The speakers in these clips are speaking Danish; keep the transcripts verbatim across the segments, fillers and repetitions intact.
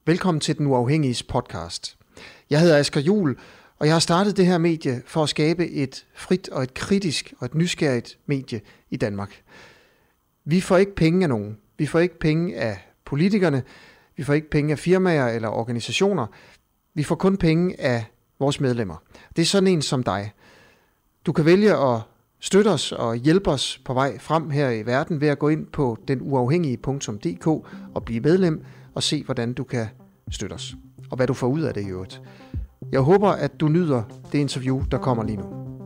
Velkommen til Den Uafhængiges podcast. Jeg hedder Asger Juhl, og jeg har startet det her medie for at skabe et frit og et kritisk og et nysgerrigt medie i Danmark. Vi får ikke penge af nogen. Vi får ikke penge af politikerne. Vi får ikke penge af firmaer eller organisationer. Vi får kun penge af vores medlemmer. Det er sådan en som dig. Du kan vælge at støtte os og hjælpe os på vej frem her i verden ved at gå ind på den uafhængige punktum d k og blive medlem og se, hvordan du kan støtte os, og hvad du får ud af det i øvrigt. Jeg håber, at du nyder det interview, der kommer lige nu.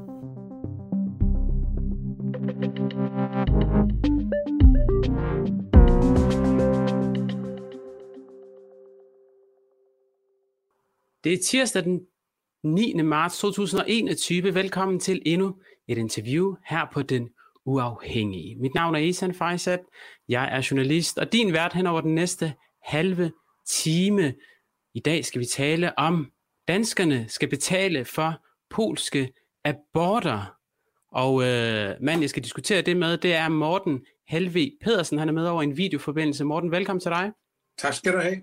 Det er tirsdag den niende marts to tusind og enogtyve. Velkommen til endnu et interview her på Den Uafhængige. Mit navn er Ehsan Faizad. Jeg er journalist og din vært hen over den næste halve time. I dag skal vi tale om, danskerne skal betale for polske aborter. Og øh, mand, jeg skal diskutere det med, det er Morten Helveg Pedersen. Han er med over en videoforbindelse. Morten, velkommen til dig. Tak skal du have.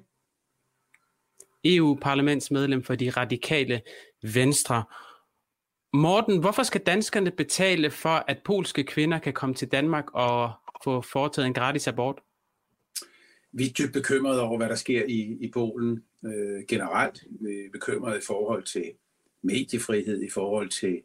E U-parlamentsmedlem for de radikale venstre. Morten, hvorfor skal danskerne betale for, at polske kvinder kan komme til Danmark og få foretaget en gratis abort? Vi er dybt bekymrede over, hvad der sker i, i Polen øh, generelt. Vi er bekymrede i forhold til mediefrihed, i forhold til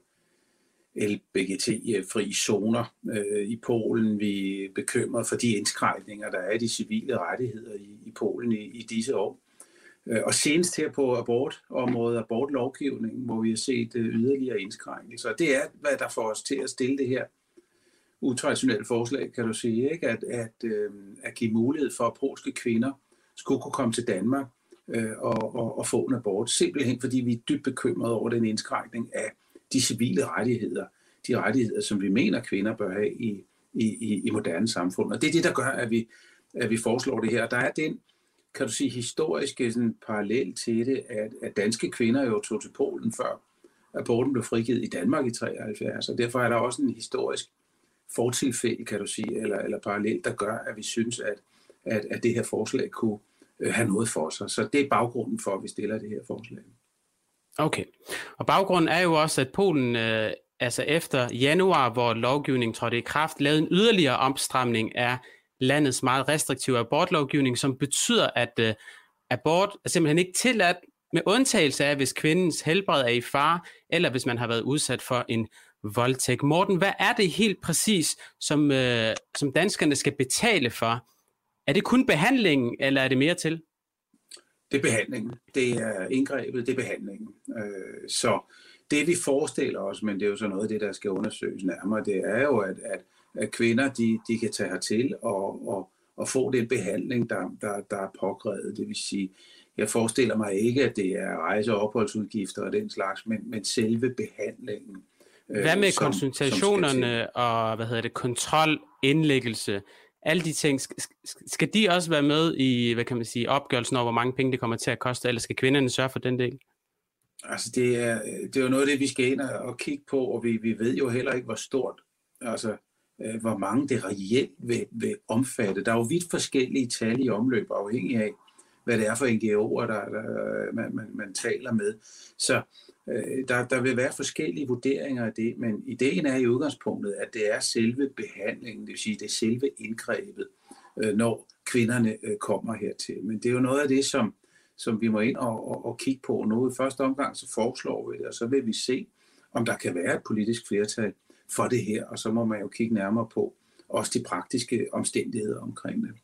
L G B T-fri zoner øh, i Polen. Vi er bekymrede for de indskrænkninger, der er i de civile rettigheder i, i Polen i, i disse år. Og senest her på abortområdet, abortlovgivningen, hvor vi har set yderligere indskrænkelser. Det er, hvad der får os til at stille det her utraditionelle forslag, kan du sige, ikke? At, at, øh, at give mulighed for, at polske kvinder skulle kunne komme til Danmark øh, og, og, og få en abort. Simpelthen fordi vi er dybt bekymrede over den indskrænkning af de civile rettigheder. De rettigheder, som vi mener, kvinder bør have i, i, i moderne samfund. Og det er det, der gør, at vi, at vi foreslår det her. Der er den, kan du sige, historiske sådan, parallel til det, at, at danske kvinder jo tog til Polen, før aborten blev frigivet i Danmark i treoghalvfjerds, og derfor er der også en historisk fortilfælde, kan du sige, eller, eller parallel, der gør, at vi synes, at, at, at det her forslag kunne øh, have noget for sig. Så det er baggrunden for, at vi stiller det her forslag. Okay, og baggrunden er jo også, at Polen, øh, altså efter januar, hvor lovgivningen trådte i kraft, lavede en yderligere opstramning af landets meget restriktive abortlovgivning, som betyder, at øh, abort er simpelthen ikke tilladt, med undtagelse af, hvis kvindens helbred er i fare, eller hvis man har været udsat for en voldtægt. Morten, hvad er det helt præcis, som, øh, som danskerne skal betale for? Er det kun behandlingen, eller er det mere til? Det er behandlingen. Det er indgrebet, det er behandlingen. Øh, så det vi forestiller os, men det er jo så noget af det, der skal undersøges nærmere, det er jo, at, at at kvinder de, de kan tage hertil og, og, og få den behandling, der, der, der er påkrævet. Det vil sige, jeg forestiller mig ikke, at det er rejse- og opholdsudgifter og den slags, men, men selve behandlingen. Hvad med øh, som, konsultationerne som og hvad hedder det, kontrol, indlæggelse, alle de ting, skal de også være med i, hvad kan man sige, opgørelsen over, hvor mange penge det kommer til at koste, eller skal kvinderne sørge for den del? Altså det er, det er jo noget af det, vi skal ind og kigge på, og vi, vi ved jo heller ikke, hvor stort, altså hvor mange det reelt vil, vil omfatte. Der er jo vidt forskellige tal i omløb, afhængig af, hvad det er for N G O'er, der, der man, man, man taler med. Så øh, der, der vil være forskellige vurderinger af det, men ideen er i udgangspunktet, at det er selve behandlingen, det vil sige, det er selve indgrebet, øh, når kvinderne øh, kommer hertil. Men det er jo noget af det, som, som vi må ind og, og, og kigge på nu. I første omgang så foreslår vi det, og så vil vi se, om der kan være et politisk flertal for det her, og så må man jo kigge nærmere på også de praktiske omstændigheder omkring det.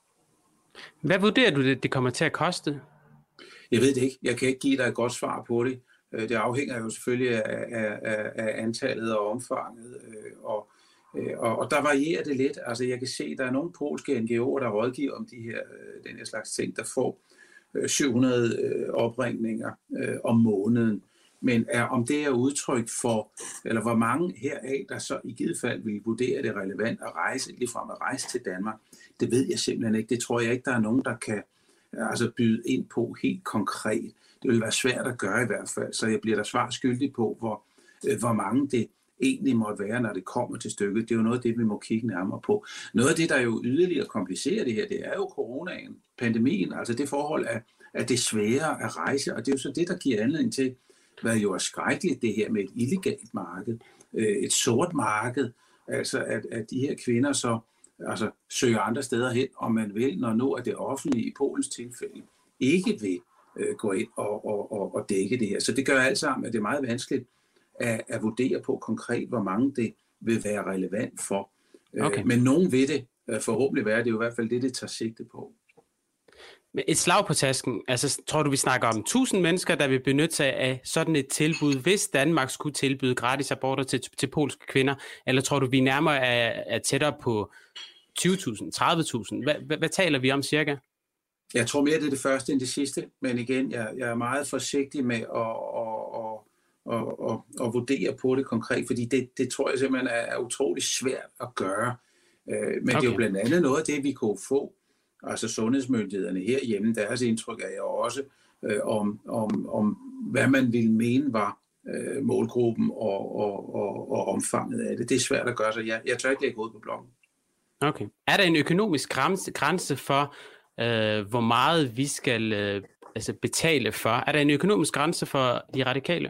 Hvad vurderer du, det, det kommer til at koste? Jeg ved det ikke. Jeg kan ikke give dig et godt svar på det. Det afhænger jo selvfølgelig af, af, af antallet og omfanget, og, og, og der varierer det lidt. Altså jeg kan se, at der er nogle polske N G O'er, der rådgiver om de her, den her slags ting, der får syv hundrede opringninger om måneden. Men er, om det er udtryk for, eller hvor mange heraf, der så i givet fald vil vurdere det relevant at rejse, ligefrem at rejse til Danmark, det ved jeg simpelthen ikke. Det tror jeg ikke, der er nogen, der kan altså byde ind på helt konkret. Det vil være svært at gøre i hvert fald, så jeg bliver der svar skyldig på, hvor, hvor mange det egentlig måtte være, når det kommer til stykket. Det er jo noget af det, vi må kigge nærmere på. Noget af det, der jo yderligere komplicerer det her, det er jo coronaen, pandemien, altså det forhold, at, at det er sværere at rejse, og det er jo så det, der giver anledning til, hvad jo er skrækkeligt, det her med et illegalt marked, et sort marked, altså at, at de her kvinder så altså, søger andre steder hen, om man vil, når nu er det offentlige i Polens tilfælde ikke vil øh, gå ind og, og, og, og dække det her. Så det gør alt sammen, at det er meget vanskeligt at, at vurdere på konkret, hvor mange det vil være relevant for. Okay. Øh, men nogen vil det forhåbentlig være, det er jo i hvert fald det, det tager sigte på. Men et slag på tasken, altså tror du, vi snakker om tusind mennesker, der vil benytte sig af sådan et tilbud, hvis Danmark skulle tilbyde gratis aborter til, til polske kvinder, eller tror du, vi nærmere er, er tættere på tyve tusind, tredive tusind? Hvad, hvad, hvad taler vi om cirka? Jeg tror mere, det er det første end det sidste, men igen, jeg, jeg er meget forsigtig med at, at, at, at, at, at vurdere på det konkret, fordi det, det tror jeg simpelthen er, er utrolig svært at gøre. Men okay. Det er jo blandt andet noget af det, vi kunne få, altså sundhedsmyndighederne herhjemme, deres indtryk er jo også øh, om, om, om, hvad man ville mene var øh, målgruppen og, og, og, og omfanget af det. Det er svært at gøre, så jeg, jeg tør ikke lægge hovedet på blokken. Okay. Er der en økonomisk grænse, grænse for, øh, hvor meget vi skal øh, altså betale for? Er der en økonomisk grænse for de radikale?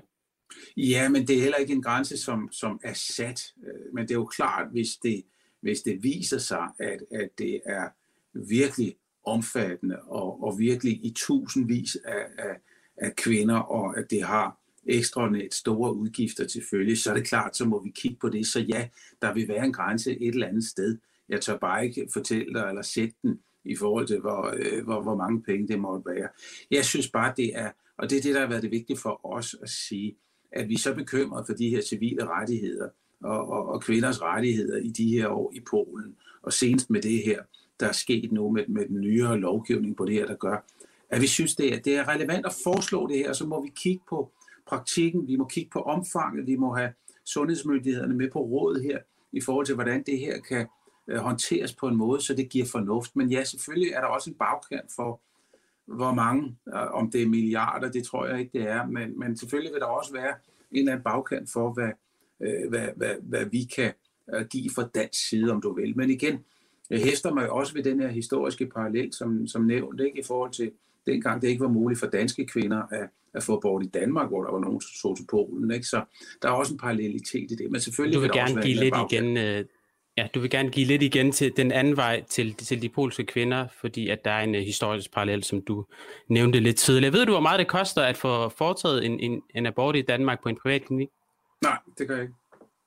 Ja, men det er heller ikke en grænse, som, som er sat. Men det er jo klart, hvis det, hvis det viser sig, at, at det er virkelig omfattende og, og virkelig i tusindvis af, af, af kvinder, og at det har ekstraordinært store udgifter til følge, så er det klart, så må vi kigge på det. Så ja, der vil være en grænse et eller andet sted. Jeg tør bare ikke fortælle dig eller sætte den i forhold til, hvor, øh, hvor, hvor mange penge det måtte være. Jeg synes bare, det er, og det er det, der har været det vigtige for os at sige, at vi er så bekymrede for de her civile rettigheder og, og, og kvinders rettigheder i de her år i Polen, og senest med det her, der er sket nu med, med den nyere lovgivning på det her, der gør, at vi synes, det er, det er relevant at foreslå det her, og så må vi kigge på praktikken, vi må kigge på omfanget, vi må have sundhedsmyndighederne med på rådet her, i forhold til, hvordan det her kan øh, håndteres på en måde, så det giver fornuft. Men ja, selvfølgelig er der også en bagkant for, hvor mange, øh, om det er milliarder, det tror jeg ikke, det er, men, men selvfølgelig vil der også være en eller anden bagkant for, hvad, øh, hvad, hvad, hvad vi kan øh, give fra dansk side, om du vil. Men igen, jeg hæfter mig også ved den her historiske parallel, som, som nævnt, ikke, i forhold til dengang det ikke var muligt for danske kvinder at, at få abort i Danmark, hvor der var nogen, der så til Polen. Ikke? Så der er også en parallelitet i det. Men selvfølgelig du vil, vil gerne give lidt igen, øh, ja, du vil gerne give lidt igen til den anden vej til, til de polske kvinder, fordi at der er en uh, historisk parallel, som du nævnte lidt tidligere. Ved du, hvor meget det koster at få foretaget en, en, en abort i Danmark på en privat klinik? Nej, det gør jeg ikke.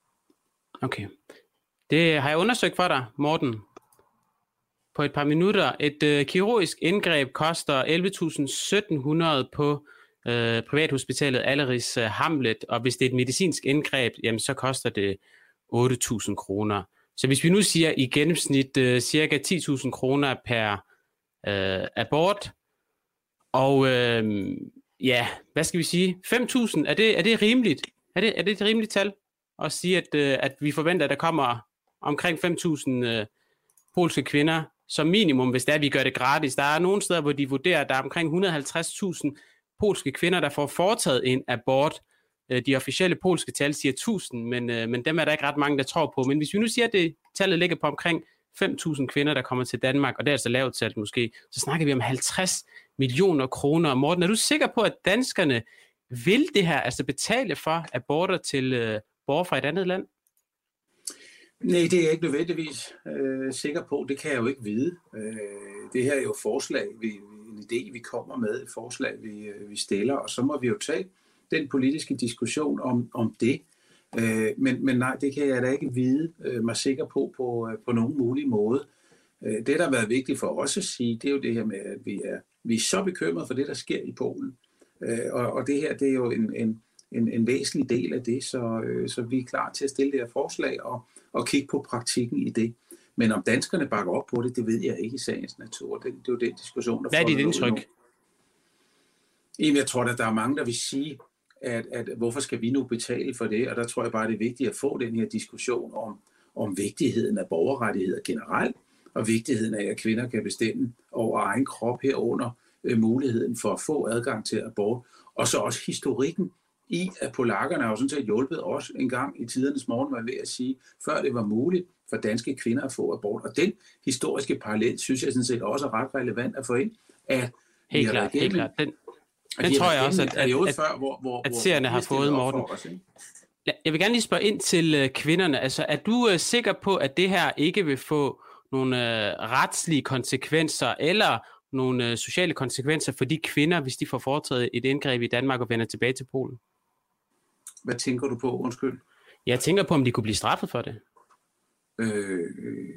Okay. Det har jeg undersøgt for dig, Morten. På et par minutter. Et øh, kirurgisk indgreb koster elleve tusind syv hundrede på øh, privathospitalet Aleris øh, Hamlet, og hvis det er et medicinsk indgreb, jamen, så koster det otte tusind kroner. Så hvis vi nu siger i gennemsnit øh, cirka ti tusind kroner per øh, abort, og øh, ja, hvad skal vi sige, fem tusind, er det, er det rimeligt? Er det, er det et rimeligt tal at sige, at, øh, at vi forventer, at der kommer omkring fem tusind øh, polske kvinder som minimum, hvis det er, vi gør det gratis. Der er nogle steder, hvor de vurderer, at der er omkring et hundrede og halvtreds tusind polske kvinder, der får foretaget en abort. De officielle polske tal siger tusind, men, men dem er der ikke ret mange, der tror på. Men hvis vi nu siger, at det tallet ligger på omkring fem tusind kvinder, der kommer til Danmark, og det er altså lavt tal måske, så snakker vi om halvtreds millioner kroner. Morten, er du sikker på, at danskerne vil det her, altså betale for aborter til øh, borgere fra et andet land? Nej, det er jeg ikke nødvendigvis øh, sikker på. Det kan jeg jo ikke vide. Øh, det her er jo forslag, vi, en idé, vi kommer med, et forslag, vi, vi stiller, og så må vi jo tage den politiske diskussion om, om det. Øh, men, men nej, det kan jeg da ikke vide øh, mig sikker på, på på nogen mulig måde. Øh, det, der har været vigtigt for os at sige, det er jo det her med, at vi er, vi er så bekymrede for det, der sker i Polen. Øh, og, og det her, det er jo en, en, en, en væsentlig del af det, så, øh, så vi er klar til at stille det her forslag og og kigge på praktikken i det. Men om danskerne bakker op på det, det ved jeg ikke i sagens natur. Det, det er jo den diskussion, der... Hvad er dit indtryk? Jamen, jeg tror, at der er mange, der vil sige, at, at hvorfor skal vi nu betale for det? Og der tror jeg bare, det er vigtigt at få den her diskussion om, om vigtigheden af borgerrettigheder generelt, og vigtigheden af, at kvinder kan bestemme over egen krop herunder, øh, muligheden for at få adgang til abort, og så også historikken i, at polakkerne har jo sådan set hjulpet os en gang i tidernes morgen, var jeg ved at sige, før det var muligt for danske kvinder at få abort. Og den historiske parallel, synes jeg sådan set også er ret relevant at få ind, at Helt klart, helt klart. Den, den tror jeg også, at, at, at, før, hvor, hvor, at seerne har fået, Morten. Os, jeg vil gerne lige spørge ind til kvinderne. Altså, er du uh, sikker på, at det her ikke vil få nogle uh, retslige konsekvenser, eller nogle uh, sociale konsekvenser for de kvinder, hvis de får foretaget et indgreb i Danmark og vender tilbage til Polen? Hvad tænker du på? Undskyld. Jeg tænker på, om de kunne blive straffet for det. Øh,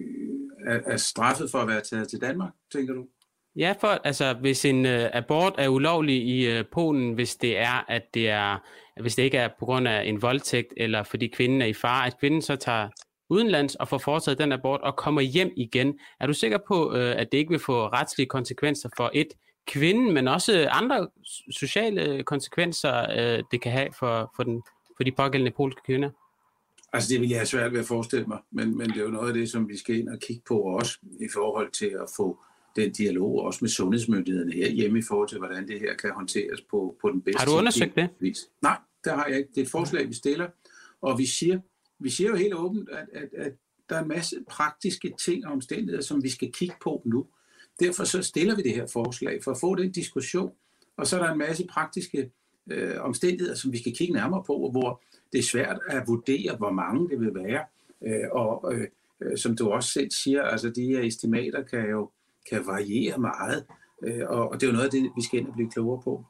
er, er straffet for at være taget til Danmark, tænker du? Ja, for altså hvis en uh, abort er ulovlig i uh, Polen, hvis det er at det er hvis det ikke er på grund af en voldtægt eller fordi kvinden er i fare, at kvinden så tager udenlands og får foretaget den abort og kommer hjem igen. Er du sikker på, uh, at det ikke vil få retslige konsekvenser for et kvinden, men også andre sociale konsekvenser, uh, det kan have for for den for de pågældende polske kvinder? Altså det vil jeg have svært ved at forestille mig, men men det er jo noget af det, som vi skal ind og kigge på også i forhold til at få den dialog også med sundhedsmyndighederne her hjemme i forhold til, hvordan det her kan håndteres på, på den bedste. Har du undersøgt det? Vis. Nej, det har jeg ikke. Det er et forslag, vi stiller, og vi siger, vi siger jo helt åbent, at, at, at der er en masse praktiske ting og omstændigheder, som vi skal kigge på nu. Derfor så stiller vi det her forslag for at få den diskussion, og så er der en masse praktiske øh, omstændigheder, som vi skal kigge nærmere på, hvor det er svært at vurdere, hvor mange det vil være. Øh, og øh, som du også selv siger, altså de her estimater kan jo kan variere meget, og det er jo noget af det, vi skal ind og blive klogere på.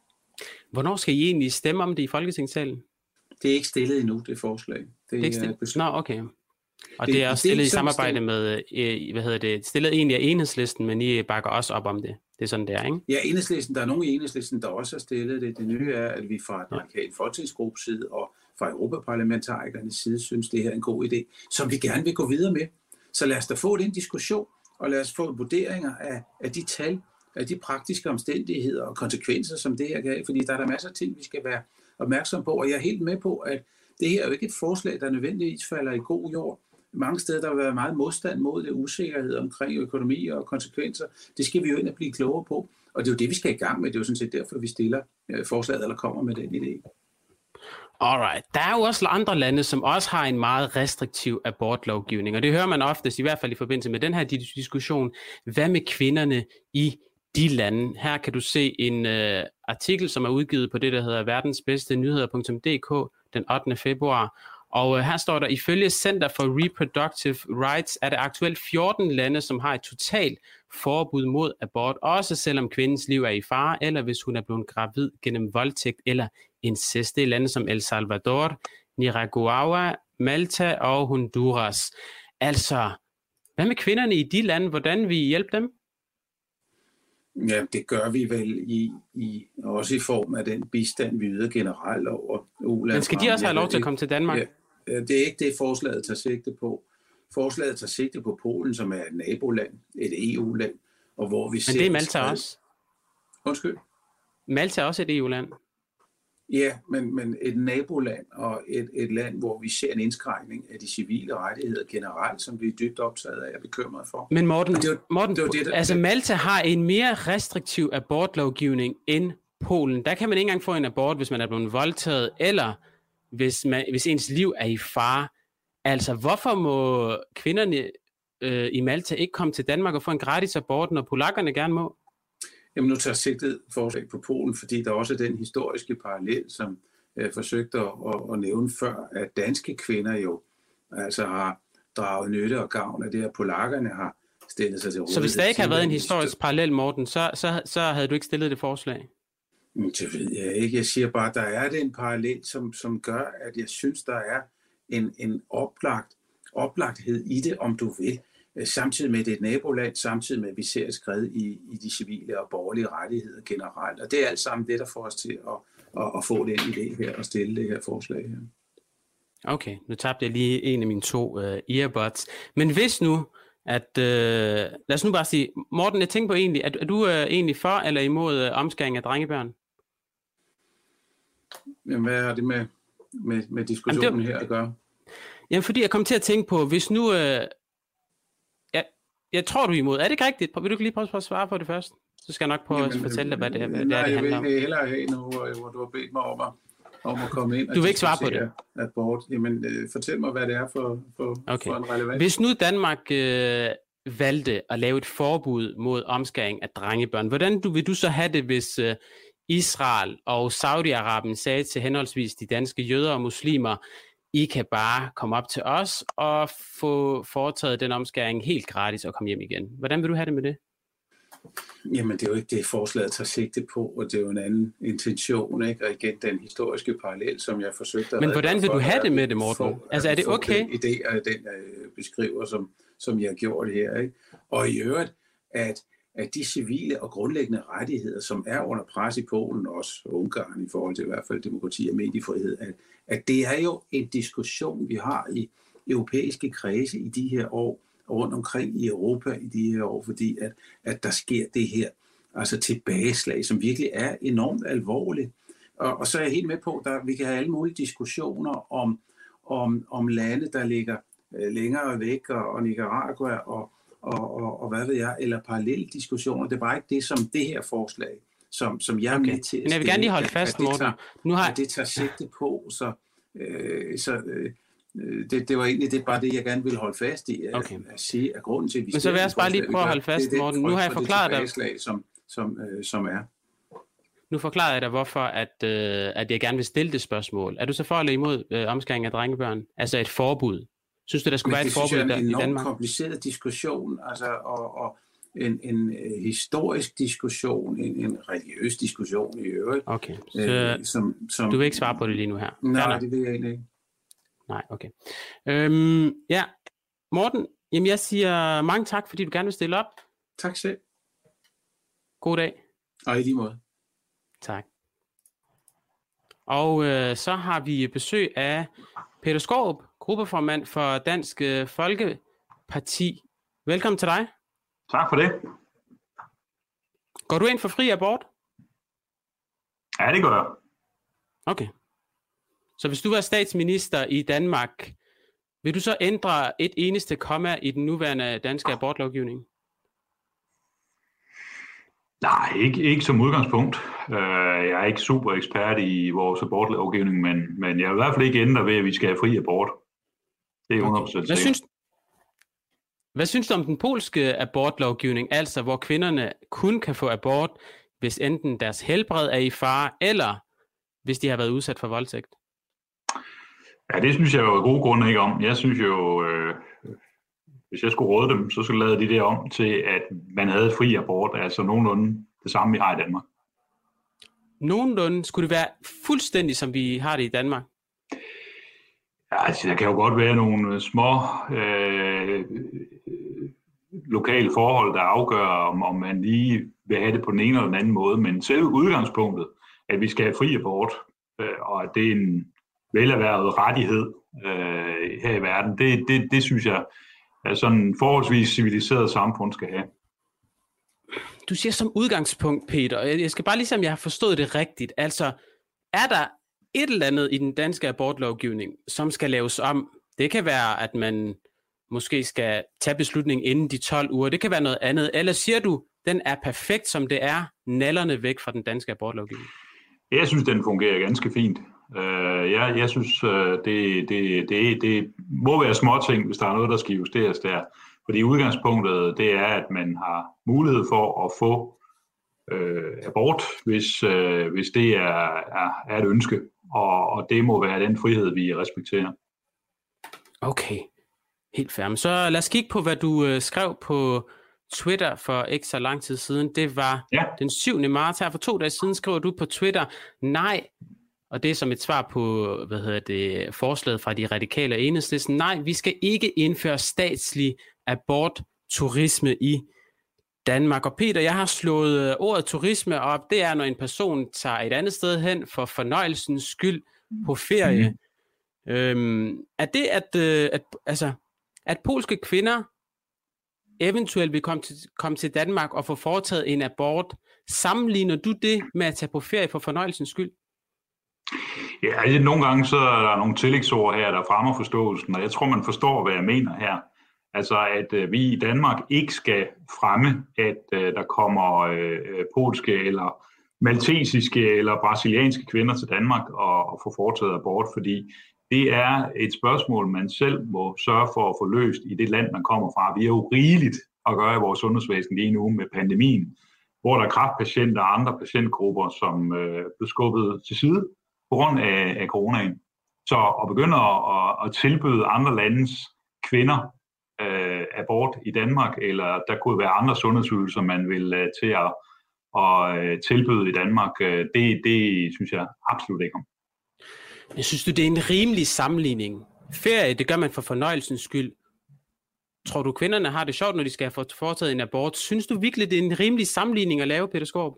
Hvornår skal I egentlig stemme om det i Folketingssalen? Det er ikke stillet endnu, det forslag. Det, det er ikke stillet? Nå, okay. Og det, det er også det stillet i samarbejde med, hvad hedder det, stillet egentlig af Enhedslisten, men I bakker også op om det. Det er sådan, det er, ikke? Ja, Enhedslisten, der er nogen i Enhedslisten, der også har stillet det. Det nye er, at vi fra den radikale folketingsgruppes side og fra Europaparlamentarikernes side synes, det her er en god idé, som vi gerne vil gå videre med. Så lad os da få den diskussion, og lad os få vurderinger af, af de tal, af de praktiske omstændigheder og konsekvenser, som det her kan have, fordi der er der masser af ting, vi skal være opmærksom på, og jeg er helt med på, at det her er jo ikke et forslag, der nødvendigvis falder i god jord. Mange steder, der vil være meget modstand mod det, usikkerhed omkring økonomi og konsekvenser. Det skal vi jo ind og blive klogere på, og det er jo det, vi skal i gang med. Det er jo sådan set derfor, vi stiller forslaget, eller kommer med den idé. Alright. Der er jo også andre lande, som også har en meget restriktiv abortlovgivning, og det hører man oftest, i hvert fald i forbindelse med den her diskussion. Hvad med kvinderne i de lande? Her kan du se en uh, artikel, som er udgivet på det, der hedder verdens bedste nyheder punktum d k den ottende februar, og uh, her står der, ifølge Center for Reproductive Rights er der aktuelt fjorten lande, som har et totalt forbud mod abort, også selvom kvindens liv er i fare, eller hvis hun er blevet gravid gennem voldtægt eller incest. Det er lande som El Salvador, Nicaragua, Malta og Honduras. Altså, hvad med kvinderne i de lande? Hvordan vil I hjælpe dem? Ja, det gør vi vel i, i, også i form af den bistand, vi yder generelt over u-land. Men skal de også have lov til at komme til Danmark? Ja, det er ikke det, forslaget tager sigte på. Forslaget tager sigte på Polen, som er et naboland, et E U-land, og hvor vi ser... Men det er Malta også? Undskyld? Malta er også et E U-land? Ja, men, men et naboland og et, et land, hvor vi ser en indskrænkning af de civile rettigheder generelt, som vi er dybt optaget af og bekymret for. Men Morten, det var, Morten det var det, der, altså Malta har en mere restriktiv abortlovgivning end Polen. Der kan man ikke engang få en abort, hvis man er blevet voldtaget, eller hvis, man, hvis ens liv er i fare. Altså, hvorfor må kvinderne øh, i Malta ikke komme til Danmark og få en gratis abort, når polakkerne gerne må? Jamen nu tager sigtet forslag på Polen, fordi der også er den historiske parallel, som jeg forsøgte at, at, at nævne før, at danske kvinder jo altså har draget nytte og gavn af det, at polakkerne har stillet sig til rådighed. Så hvis der ikke havde været en historisk parallel, Morten, så, så, så havde du ikke stillet det forslag? Det ved jeg ikke. Jeg siger bare, at der er den parallel, som, som gør, at jeg synes, der er en, en oplagt, oplagthed i det, om du vil. Samtidig med det er et naboland, samtidig med at vi ser et skred i, i de civile og borgerlige rettigheder generelt. Og det er alt sammen det, der får os til at, at, at få den idé her og stille det her forslag her. Okay, nu tabte jeg lige en af mine to uh, earbuds. Men hvis nu, at uh, lad os nu bare sige, Morten, jeg tænker på egentlig, er, er du uh, egentlig for eller imod uh, omskæring af drengebørn? Jamen, hvad har det med, med, med diskussionen Jamen, det var... her at gøre? Jamen, fordi jeg kom til at tænke på, hvis nu... Uh, jeg, jeg tror, du er imod. Er det ikke rigtigt? Vil du ikke lige prøve at svare på det først? Så skal jeg nok prøve Jamen, at fortælle dig, hvad det er, hvad nej, det, er, det handler om. Nej, jeg vil hellere have nu, hvor du har bedt mig om at, om at komme ind. Du vil ikke svare på det? Abort. Jamen, øh, fortæl mig, hvad det er for, for, okay. for en relevans. Hvis nu Danmark øh, valgte at lave et forbud mod omskæring af drengebørn. Hvordan du, vil du så have det, hvis uh, Israel og Saudi-Arabien sagde til henholdsvis de danske jøder og muslimer, I kan bare komme op til os og få foretaget den omskæring helt gratis og komme hjem igen. Hvordan vil du have det med det? Jamen, det er jo ikke det, forslaget tager sigte på, og det er jo en anden intention, ikke? Og igen, den historiske parallel, som jeg forsøgte at... Men hvordan vil du have det med det, Morten? Altså, er det okay? Den idé, den øh, beskriver, som, som jeg har gjort her, ikke? Og i øvrigt, at, at de civile og grundlæggende rettigheder, som er under pres i Polen, også Ungarn i forhold til i hvert fald demokrati og mediefrihed, at, at det er jo en diskussion, vi har i europæiske kredse i de her år, rundt omkring i Europa i de her år, fordi at, at der sker det her altså tilbageslag, som virkelig er enormt alvorligt. Og, og så er jeg helt med på, at vi kan have alle mulige diskussioner om, om, om lande, der ligger øh, længere væk, og, og Nicaragua, og, og, og, og hvad ved jeg, eller parallelle diskussioner. Det er bare ikke det, som det her forslag, som, som jeg okay. er med til at Men jeg vil gerne lige holde fast, Morten. Nu har jeg... det tager sigte på, så... Øh, så øh, Det, det var egentlig det, bare det, jeg gerne ville holde fast i, at, okay. at sige, at grunden til, at vi... Men så vil jeg bare lige prøve at holde fast, Morten. Nu har jeg forklaret dig... Det som, som, øh, som er. Nu forklarer jeg dig, hvorfor at, øh, at jeg gerne vil stille det spørgsmål. Er du så for eller imod øh, omskæring af drengebørn? Altså et forbud? Synes du, der skulle Men være et forbud der, i Danmark? Det er en enormt kompliceret diskussion, altså, og, og en, en historisk diskussion, en, en religiøs diskussion i øvrigt. Okay, så øh, som, som, du vil ikke svare på det lige nu her? Nej, det vil jeg egentlig ikke. Nej, okay. Øhm, ja, Morten, jamen jeg siger mange tak, fordi du gerne vil stille op. Tak selv. God dag. Og i lige måde. Tak. Og øh, så har vi besøg af Peter Skaarup, gruppeformand for Dansk Folkeparti. Velkommen til dig. Tak for det. Går du ind for fri abort? Ja, det gør jeg. Okay. Så hvis du var statsminister i Danmark, vil du så ændre et eneste komma i den nuværende danske abortlovgivning? Nej, ikke, ikke som udgangspunkt. Jeg er ikke super ekspert i vores abortlovgivning, men, men jeg vil i hvert fald ikke ændre ved, at vi skal have fri abort. Det er hundrede procent okay. Hvad synes, hvad synes du om den polske abortlovgivning, altså hvor kvinderne kun kan få abort, hvis enten deres helbred er i fare, eller hvis de har været udsat for voldtægt? Ja, det synes jeg jo af gode grunde ikke om. Jeg synes jo, øh, hvis jeg skulle råde dem, så skulle lade de det om til, at man havde fri abort, altså nogenlunde det samme, vi har i Danmark. Nogenlunde? Skulle det være fuldstændig, som vi har det i Danmark? Ja, altså, der kan jo godt være nogle små øh, lokale forhold, der afgør, om, om man lige vil have det på den ene eller den anden måde, men selve udgangspunktet, at vi skal have fri abort, øh, og at det er en velerhvervet rettighed øh, her i verden, det, det, det synes jeg, at sådan en forholdsvis civiliseret samfund skal have. Du siger som udgangspunkt, Peter, og jeg skal bare lige se, om jeg har forstået det rigtigt. Altså, er der et eller andet i den danske abortlovgivning, som skal laves om? Det kan være, at man måske skal tage beslutningen inden de tolv uger. Det kan være noget andet. Eller siger du, den er perfekt, som det er, nallerne væk fra den danske abortlovgivning? Jeg synes, den fungerer ganske fint. Uh, jeg, jeg synes, uh, det, det, det, det må være småting, hvis der er noget, der skal justeres der. Fordi udgangspunktet, det er, at man har mulighed for at få uh, abort, hvis, uh, hvis det er, er, er et ønske. Og, og det må være den frihed, vi respekterer. Okay, helt fair. Så lad os kigge på, hvad du uh, skrev på Twitter for ikke så lang tid siden. Det var ja. den syvende marts. Her for to dage siden skriver du på Twitter, nej, og det er som et svar på, hvad hedder det, forslaget fra de radikale og Enhedslisten. Nej, vi skal ikke indføre statslig abortturisme i Danmark. Og Peter, jeg har slået ordet turisme op. Det er, når en person tager et andet sted hen for fornøjelsens skyld på ferie. Mm. Øhm, er det, at, at, altså, at polske kvinder eventuelt vil komme til, komme til Danmark og få foretaget en abort, sammenligner du det med at tage på ferie for fornøjelsens skyld? Ja, altså, nogle gange så er der nogle tillægsord her, der fremmer forståelsen, og jeg tror, man forstår, hvad jeg mener her. Altså, at øh, vi i Danmark ikke skal fremme, at øh, der kommer øh, polske eller maltesiske eller brasilianske kvinder til Danmark og, og få foretaget abort, fordi det er et spørgsmål, man selv må sørge for at få løst i det land, man kommer fra. Vi er jo rigeligt at gøre i vores sundhedsvæsen lige nu med pandemien, hvor der er kræftpatienter og andre patientgrupper, som øh, blev skubbet til side på grund af, af coronaen. Så at begynde at, at tilbyde andre landes kvinder øh, abort i Danmark, eller der kunne være andre sundhedsydelser, man vil øh, til at, at øh, tilbyde i Danmark, øh, det, det synes jeg absolut ikke om. Jeg synes du, det er en rimelig sammenligning? Ferie, det gør man for fornøjelsens skyld. Tror du, kvinderne har det sjovt, når de skal have foretaget en abort? Synes du virkelig, det er en rimelig sammenligning at lave, Peter Skaarup?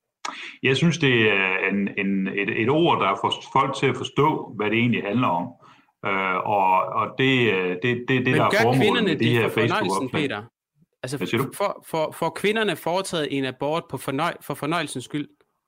Jeg synes, det er en, en, et, et ord, der får folk til at forstå, hvad det egentlig handler om. Uh, og, og det er det, det, det, der er formålet med de her Facebook-opslag. Peter? Altså, for, for, for kvinderne foretaget en abort på fornøj, for fornøjelsens skyld?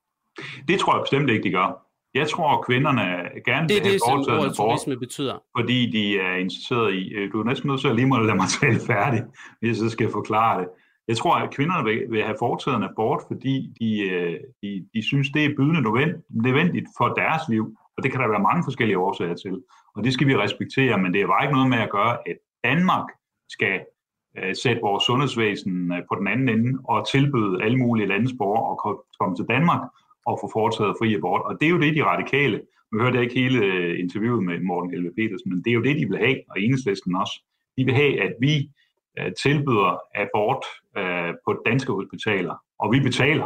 Det tror jeg bestemt ikke, de gør. Jeg tror, at kvinderne gerne vil have foretaget en abort, turisme betyder. Fordi de er interesseret i... Du er næsten nødt til at lige må lade mig tale færdig, hvis jeg skal forklare det. Jeg tror, at kvinderne vil, vil have foretaget en abort, fordi de, de, de synes, det er bydende nødvendigt for deres liv. Og det kan der være mange forskellige årsager til. Og det skal vi respektere, men det er bare ikke noget med at gøre, at Danmark skal uh, sætte vores sundhedsvæsen uh, på den anden ende og tilbyde alle mulige landes borgere at komme til Danmark og få foretaget fri abort. Og det er jo det, de radikale, nu hørte jeg ikke hele uh, interviewet med Morten Helveg Petersen, men det er jo det, de vil have, og Enhedslisten også. De vil have, at vi uh, tilbyder abort uh, på danske hospitaler, og vi betaler.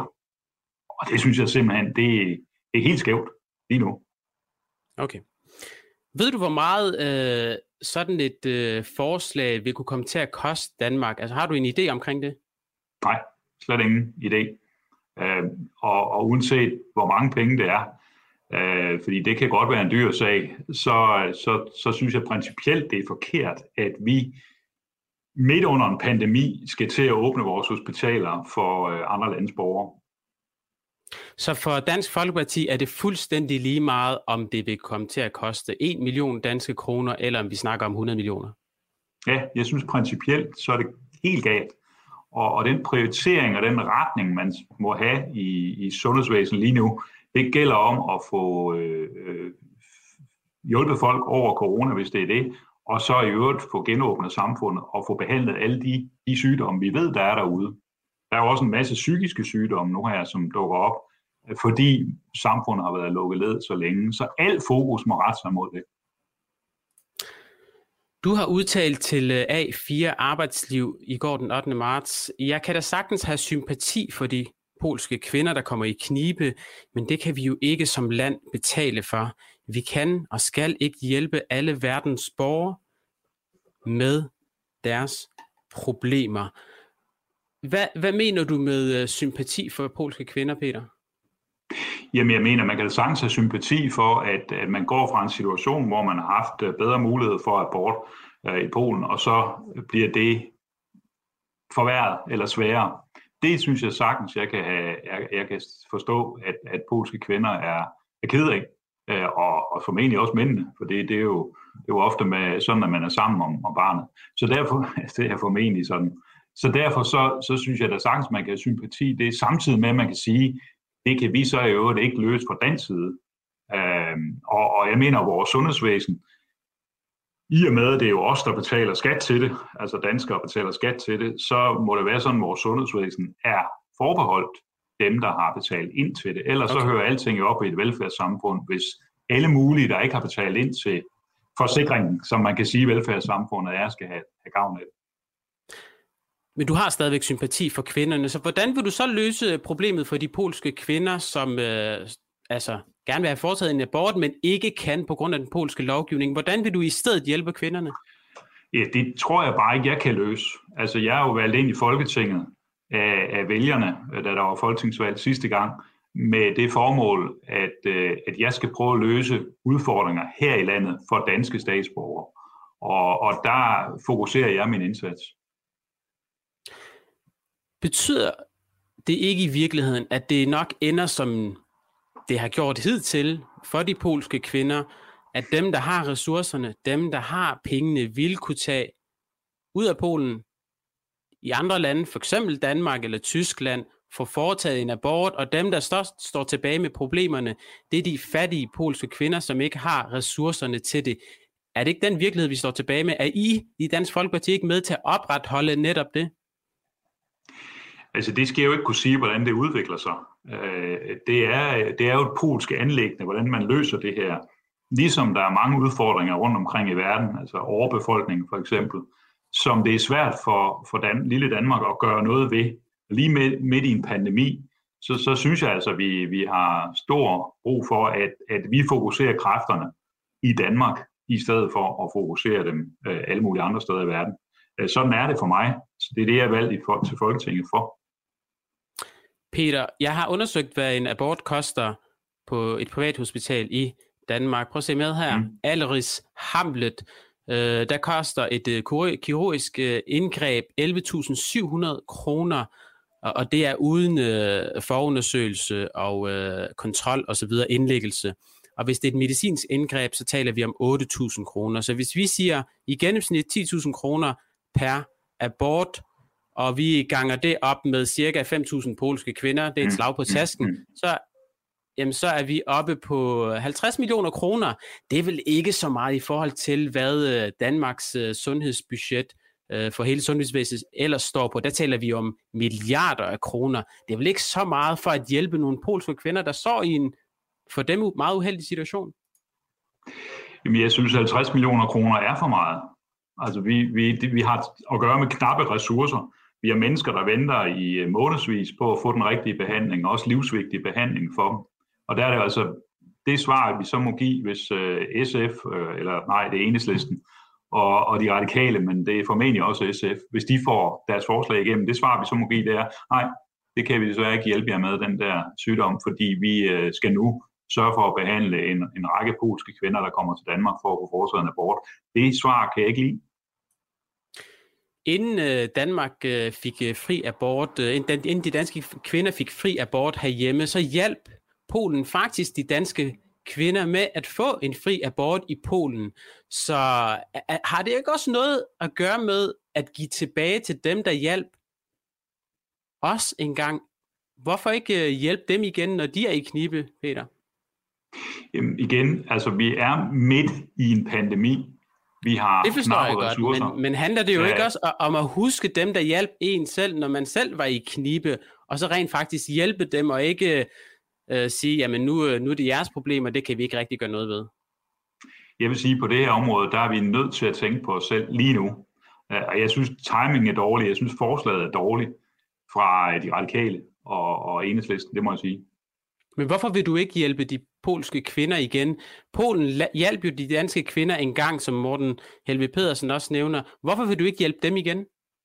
Og det synes jeg simpelthen, det, det er helt skævt lige nu. Okay. Ved du, hvor meget øh, sådan et øh, forslag vil kunne komme til at koste Danmark? Altså, har du en idé omkring det? Nej, slet ingen idé. Øh, og, og uanset hvor mange penge det er, øh, fordi det kan godt være en dyr sag, så, så, så synes jeg principielt, det er forkert, at vi midt under en pandemi skal til at åbne vores hospitaler for øh, andre landes borgere. Så for Dansk Folkeparti er det fuldstændig lige meget, om det vil komme til at koste en million danske kroner, eller om vi snakker om hundrede millioner? Ja, jeg synes principielt, så er det helt galt. Og, og den prioritering og den retning, man må have i, i sundhedsvæsenet lige nu, det gælder om at få øh, øh, hjulpet folk over corona, hvis det er det, og så i øvrigt få genåbnet samfundet og få behandlet alle de, de sygdomme, vi ved, der er derude. Der er jo også en masse psykiske sygdomme nu her, som dukker op, fordi samfundet har været lukket ned så længe. Så al fokus må rette sig mod det. Du har udtalt til A fire Arbejdsliv i går den ottende marts. Jeg kan da sagtens have sympati for de polske kvinder, der kommer i knibe, men det kan vi jo ikke som land betale for. Vi kan og skal ikke hjælpe alle verdens borgere med deres problemer. Hvad, hvad mener du med sympati for polske kvinder, Peter? Jamen, jeg mener, man kan sagtens have sympati for, at, at man går fra en situation, hvor man har haft bedre mulighed for abort øh, i Polen, og så bliver det forværret eller sværere. Det synes jeg sagtens, jeg kan, have, jeg, jeg kan forstå, at, at polske kvinder er, er ked af, øh, og, og formentlig også mændene, for det, det, er jo, det er jo ofte med, sådan, at man er sammen om, om barnet. Så derfor det er formentlig sådan. Så derfor så, så synes jeg, at sagtens man kan have sympati. Det er samtidig med, at man kan sige, det kan vi så i øvrigt ikke løse fra dansk side. Øhm, og, og jeg mener, at vores sundhedsvæsen, i og med, at det er jo os, der betaler skat til det, altså danskere betaler skat til det, så må det være sådan, at vores sundhedsvæsen er forbeholdt dem, der har betalt ind til det. Ellers okay. så hører alting jo op i et velfærdssamfund, hvis alle mulige, der ikke har betalt ind til forsikringen, som man kan sige, velfærdssamfundet er, skal have, have gavn af det. Men du har stadigvæk sympati for kvinderne, så hvordan vil du så løse problemet for de polske kvinder, som øh, altså, gerne vil have foretaget en abort, men ikke kan på grund af den polske lovgivning? Hvordan vil du i stedet hjælpe kvinderne? Ja, det tror jeg bare ikke, jeg kan løse. Altså, jeg er jo valgt ind i Folketinget af, af vælgerne, da der var folketingsvalg sidste gang, med det formål, at, øh, at jeg skal prøve at løse udfordringer her i landet for danske statsborgere. Og, og der fokuserer jeg min indsats. Betyder det ikke i virkeligheden, at det nok ender som det har gjort hidtil for de polske kvinder, at dem, der har ressourcerne, dem, der har pengene, vil kunne tage ud af Polen i andre lande, for eksempel Danmark eller Tyskland, få foretaget en abort, og dem, der står, står tilbage med problemerne, det er de fattige polske kvinder, som ikke har ressourcerne til det. Er det ikke den virkelighed, vi står tilbage med? Er I i Dansk Folkeparti ikke med til at opretholde netop det? Altså, det skal jeg jo ikke kunne sige, hvordan det udvikler sig. Det er, det er jo et polsk anliggende, hvordan man løser det her. Ligesom der er mange udfordringer rundt omkring i verden, altså overbefolkning for eksempel, som det er svært for, for Dan, lille Danmark at gøre noget ved. Lige med, midt i en pandemi, så, så synes jeg altså, at vi, vi har stor brug for, at, at vi fokuserer kræfterne i Danmark, i stedet for at fokusere dem øh, alle mulige andre steder i verden. Øh, sådan er det for mig. Så det er det, jeg er valgt i for, til Folketinget for. Peter, jeg har undersøgt, hvad en abort koster på et privathospital i Danmark. Prøv at se med her. Mm. Aleris Hamlet. Øh, der koster et øh, kirurgisk øh, indgreb elleve tusind syv hundrede kroner, og, og det er uden øh, forundersøgelse og øh, kontrol osv. indlæggelse. Og hvis det er et medicinsk indgreb, så taler vi om otte tusind kroner. Så hvis vi siger i gennemsnit ti tusind kroner per abort, og vi ganger det op med cirka fem tusind polske kvinder, det er et slag på tasken, så, jamen, så er vi oppe på halvtreds millioner kroner. Det er vel ikke så meget i forhold til, hvad Danmarks sundhedsbudget for hele sundhedsvæsenet ellers står på. Der taler vi om milliarder af kroner. Det er vel ikke så meget for at hjælpe nogle polske kvinder, der står i en for dem meget uheldig situation? Jamen, jeg synes, at halvtreds millioner kroner er for meget. Altså, vi, vi, vi har at gøre med knappe ressourcer. Vi har mennesker, der venter i månedsvis på at få den rigtige behandling, og også livsvigtig behandling for dem. Og der er det altså det svar, vi så må give, hvis uh, S F, uh, eller nej, det er Enhedslisten, og, og de radikale, men det er formentlig også S F, hvis de får deres forslag igennem, det svar, vi så må give, det er, nej, det kan vi så ikke hjælpe jer med, den der sygdom, fordi vi uh, skal nu sørge for at behandle en, en række polske kvinder, der kommer til Danmark for at få foretaget en abort. Det svar kan jeg ikke lide. Inden øh, Danmark øh, fik øh, fri abort, øh, inden, inden de danske kvinder fik fri abort herhjemme, så hjalp Polen faktisk de danske kvinder med at få en fri abort i Polen. Så øh, har det ikke også noget at gøre med at give tilbage til dem, der hjalp os engang? Hvorfor ikke øh, hjælpe dem igen, når de er i knibe, Peter? Jamen igen, altså vi er midt i en pandemi. Vi har det forstår jeg godt, men, men handler det jo ja. ikke også om at huske dem, der hjalp en selv, når man selv var i knibe, og så rent faktisk hjælpe dem, og ikke øh, sige, jamen nu, nu er det jeres problemer, det kan vi ikke rigtig gøre noget ved? Jeg vil sige, at på det her område, der er vi nødt til at tænke på os selv lige nu. Og jeg synes, timingen er dårlig. Jeg synes, forslaget er dårligt fra de radikale og, og Enhedslisten, det må jeg sige. Men hvorfor vil du ikke hjælpe de polske kvinder igen? Polen hjalp jo de danske kvinder engang, som Morten Helveg Pedersen også nævner. Hvorfor vil du ikke hjælpe dem igen?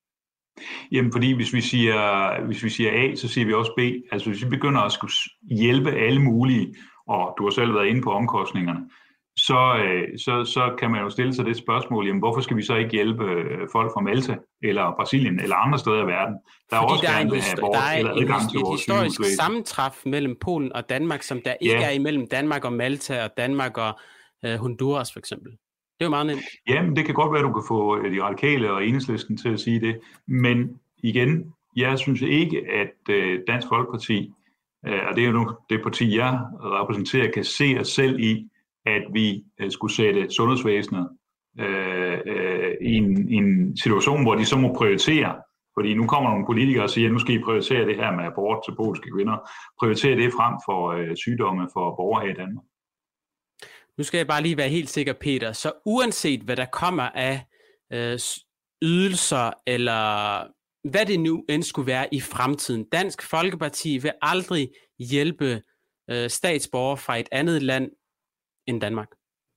Jamen, fordi hvis vi siger, hvis vi siger A, så siger vi også B. Altså, hvis vi begynder at skulle hjælpe alle mulige, og du har selv været inde på omkostningerne, så, så, så kan man jo stille sig det spørgsmål, jamen, hvorfor skal vi så ikke hjælpe folk fra Malta, eller Brasilien, eller andre steder i verden, der fordi også der gerne vil have vores, eller adgang til vores et historisk sammentræf mellem Polen og Danmark, som der ikke ja. er imellem Danmark og Malta, og Danmark og øh, Honduras for eksempel. Det er jo meget nemt. Jamen, det kan godt være, at du kan få de radikale og Enhedslisten til at sige det, men igen, jeg synes ikke, at øh, Dansk Folkeparti, øh, og det er jo nu det parti, jeg repræsenterer, kan se os selv i, at vi øh, skulle sætte sundhedsvæsenet øh, øh, i, en, i en situation, hvor de så må prioritere. Fordi nu kommer nogle politikere og siger, at nu skal I prioritere det her med abort til polske kvinder. Prioritere det frem for øh, sygdomme for borgere her i Danmark. Nu skal jeg bare lige være helt sikker, Peter. Så uanset hvad der kommer af øh, ydelser, eller hvad det nu end skulle være i fremtiden, Dansk Folkeparti vil aldrig hjælpe øh, statsborgere fra et andet land end Danmark.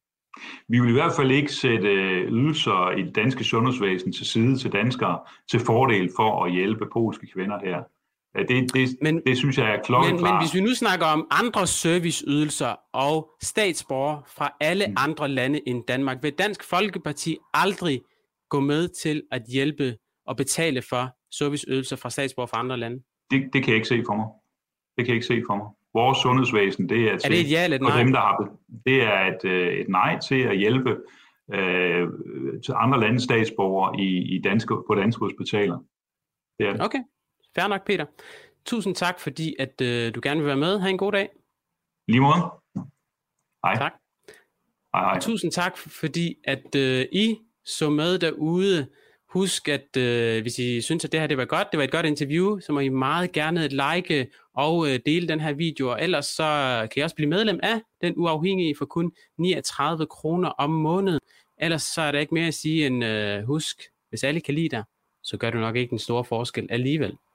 Vi vil i hvert fald ikke sætte ydelser i det danske sundhedsvæsen til side til danskere til fordel for at hjælpe polske kvinder her. Det, det, men, det synes jeg er klokkeklart. Men, men hvis vi nu snakker om andre serviceydelser og statsborgere fra alle mm. andre lande end Danmark, vil Dansk Folkeparti aldrig gå med til at hjælpe og betale for serviceydelser fra statsborgere fra andre lande? Det, det kan jeg ikke se for mig. Det kan jeg ikke se for mig. Vores sundhedsvæsen, det er til er det et ja eller et nej? Dem, der har, det er et, et nej til at hjælpe øh, til andre landes statsborgere i, i danske, på danske hospitaler. Det er det. Okay, fair nok, Peter. Tusind tak, fordi at, øh, du gerne vil være med. Ha' en god dag. Lige måde. Hej. Tak. Hej, hej. Og tusind tak, fordi at øh, I så med derude. Husk, at øh, hvis I synes, at det her det var godt, det var et godt interview, så må I meget gerne like og øh, dele den her video. Og ellers så kan I også blive medlem af Den Uafhængige for kun niogtredive kroner om måneden. Ellers så er der ikke mere at sige end øh, husk, hvis alle kan lide dig, så gør du nok ikke en stor forskel alligevel.